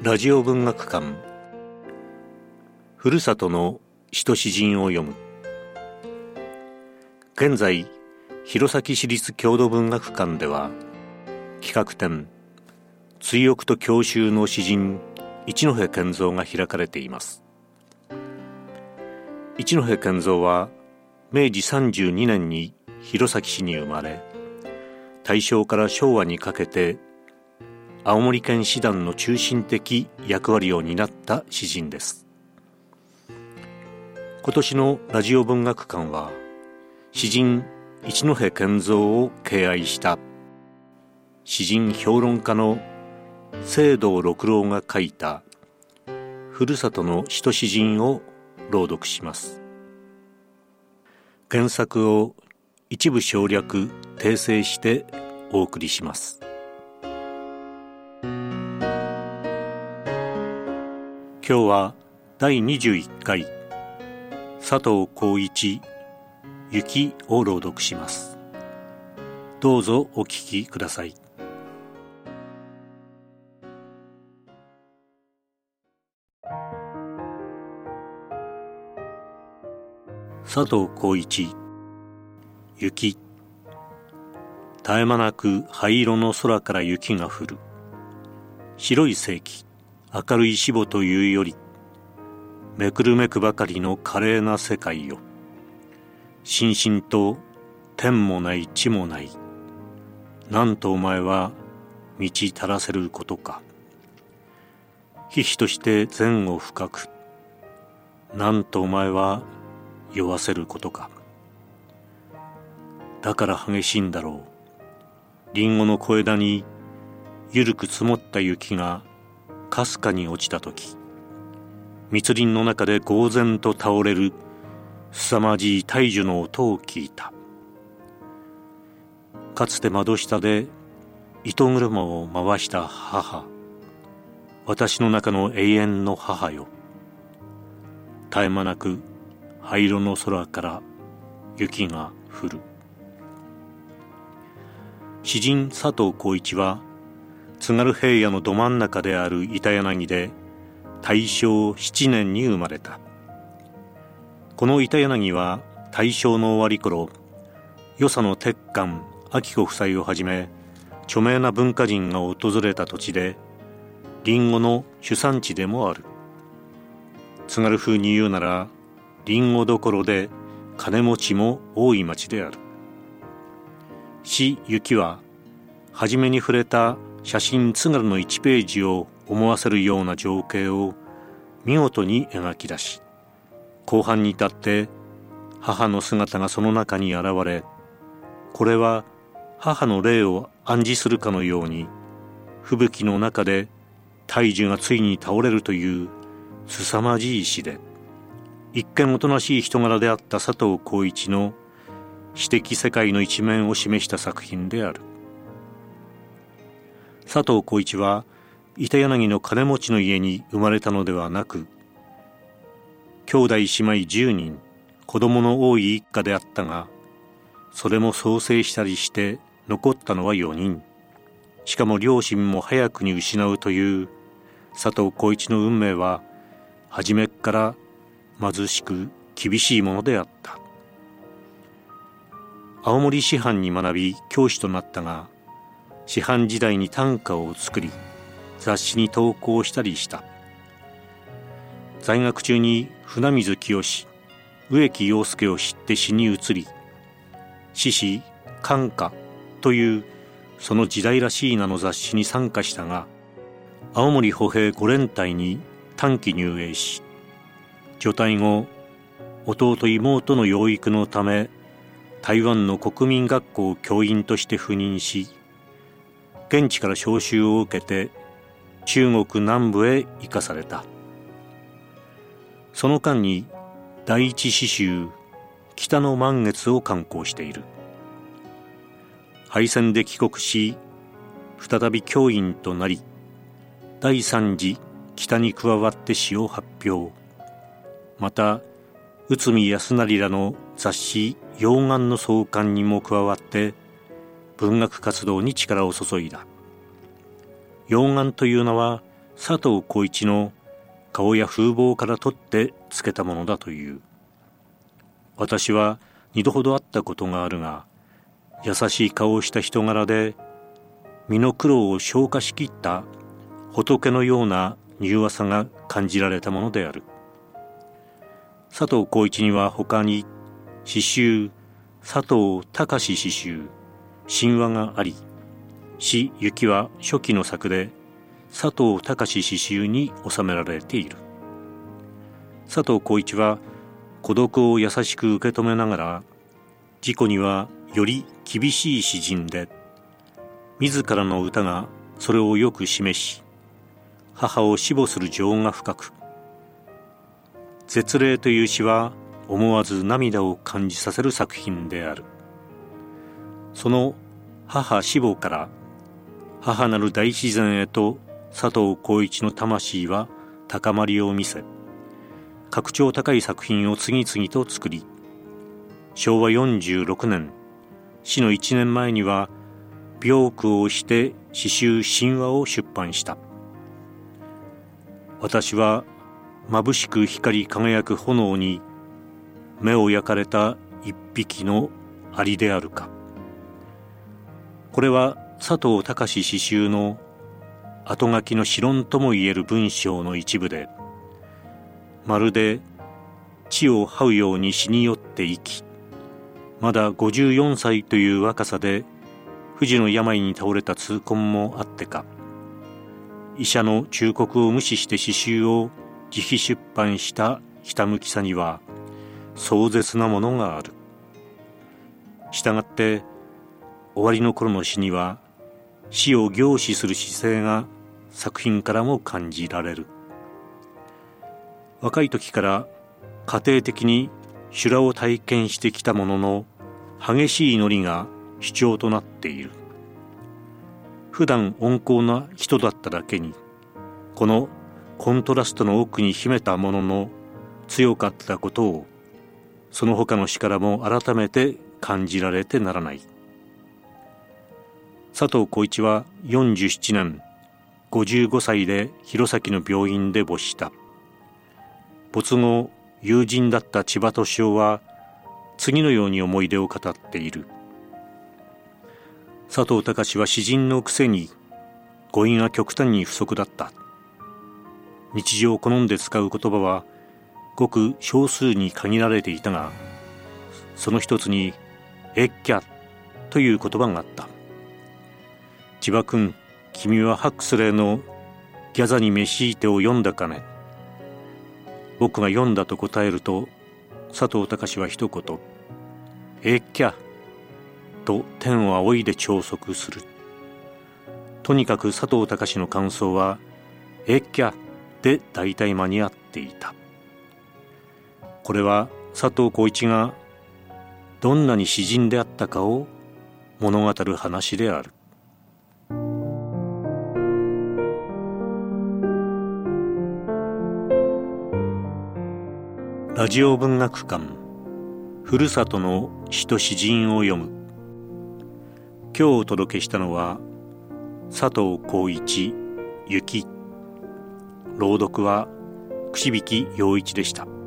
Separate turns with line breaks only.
ラジオ文学館、ふるさとの詩と詩人を読む。現在、弘前市立郷土文学館では企画展追憶と郷愁の詩人一戸建三が開かれています。一戸建三は明治32年に弘前市に生まれ、大正から昭和にかけて青森県詩壇の中心的役割を担った詩人です。今年のラジオ文学館は詩人一戸建三を敬愛した詩人評論家の清道六郎が書いたふるさとの詩と詩人を朗読します。原作を一部省略訂正してお送りします。今日は第21回佐藤浩一雪を朗読します。どうぞお聞きください。佐藤浩一、雪。絶え間なく灰色の空から雪が降る。白い世紀、明るい死母というよりめくるめくばかりの華麗な世界よ。しんしんと天もない地もない。なんとお前は満ち足らせることか。ひひとして前後深く。なんとお前は酔わせることか。だから激しいんだろう。リンゴの小枝にゆるく積もった雪がかすかに落ちたとき、密林の中で呆然と倒れる凄まじい大樹の音を聞いた。かつて窓下で糸車を回した母、私の中の永遠の母よ。絶え間なく灰色の空から雪が降る。詩人佐藤浩一は津軽平野のど真ん中である板柳で大正7年に生まれた。この板柳は大正の終わり頃、与謝野鉄幹明子夫妻をはじめ著名な文化人が訪れた土地で、リンゴの主産地でもある。津軽風に言うならリンゴどころで金持ちも多い町である。詩雪は初めに触れた写真津軽の1ページを思わせるような情景を見事に描き出し、後半に至って母の姿がその中に現れ、これは母の霊を暗示するかのように、吹雪の中で大樹がついに倒れるという凄まじい詩で、一見おとなしい人柄であった佐藤浩一の詩的世界の一面を示した作品である。佐藤浩一は板柳の金持ちの家に生まれたのではなく、兄弟姉妹10人、子供の多い一家であったが、それも創生したりして残ったのは4人。しかも両親も早くに失うという佐藤浩一の運命は、初めっから貧しく厳しいものであった。青森師範に学び教師となったが、師範時代に短歌を作り雑誌に投稿したりした。在学中に船水清、植木陽介を知って詩に移り、詩詩刊歌というその時代らしい名の雑誌に参加したが、青森歩兵5連隊に短期入営し、除隊後弟妹の養育のため台湾の国民学校教員として赴任し、現地から召集を受けて中国南部へ行かされた。その間に第一詩集北の満月を刊行している。敗戦で帰国し、再び教員となり、第三次北に加わって詩を発表。また内海康成らの雑誌陽眼の創刊にも加わって文学活動に力を注いだ。陽眼というのは佐藤浩市の顔や風貌から取ってつけたものだという。私は2度ほど会ったことがあるが、優しい顔をした人柄で、身の苦労を消化しきった仏のような柔和さが感じられたものである。佐藤浩市には他に詩集佐藤隆詩集神話があり、詩雪は初期の作で佐藤隆詩集に収められている。佐藤浩市は孤独を優しく受け止めながら、自己にはより厳しい詩人で、自らの歌がそれをよく示し、母を思慕する情が深く、絶礼という詩は思わず涙を感じさせる作品である。その母志望から母なる大自然へと佐藤浩市の魂は高まりを見せ、格調高い作品を次々と作り、昭和46年死の1年前には病苦をして詩集神話を出版した。私は眩しく光り輝く炎に目を焼かれた一匹のアリであるか。これは佐藤隆詩集の後書きの詩論ともいえる文章の一部で、まるで地を這うように死に寄って生き、まだ54歳という若さで不治の病に倒れた痛恨もあってか、医者の忠告を無視して詩集を自費出版したひたむきさには壮絶なものがある。したがって終わりの頃の詩には死を凝視する姿勢が作品からも感じられる。若い時から家庭的に修羅を体験してきたものの、激しい祈りが主張となっている。普段温厚な人だっただけに、このコントラストの奥に秘めたものの強かったことを、その他の詩からも改めて感じられてならない。佐藤浩市は47年55歳で弘前の病院で没した。没後友人だった千葉敏夫は次のように思い出を語っている。佐藤隆は詩人のくせに語彙が極端に不足だった。日常好んで使う言葉はごく少数に限られていたが、その一つにエッキャという言葉があった。千葉君、君はハックスレーのギャザにメシーテを読んだかね。僕が読んだと答えると、佐藤隆は一言、えっきゃと天を仰いで朝食する。とにかく佐藤隆の感想は、えっきゃで大体間に合っていた。これは佐藤浩市がどんなに詩人であったかを物語る話である。ラジオ文学館、ふるさとの詩と詩人を読む。今日お届けしたのは佐藤浩市、雪。朗読は串引陽一でした。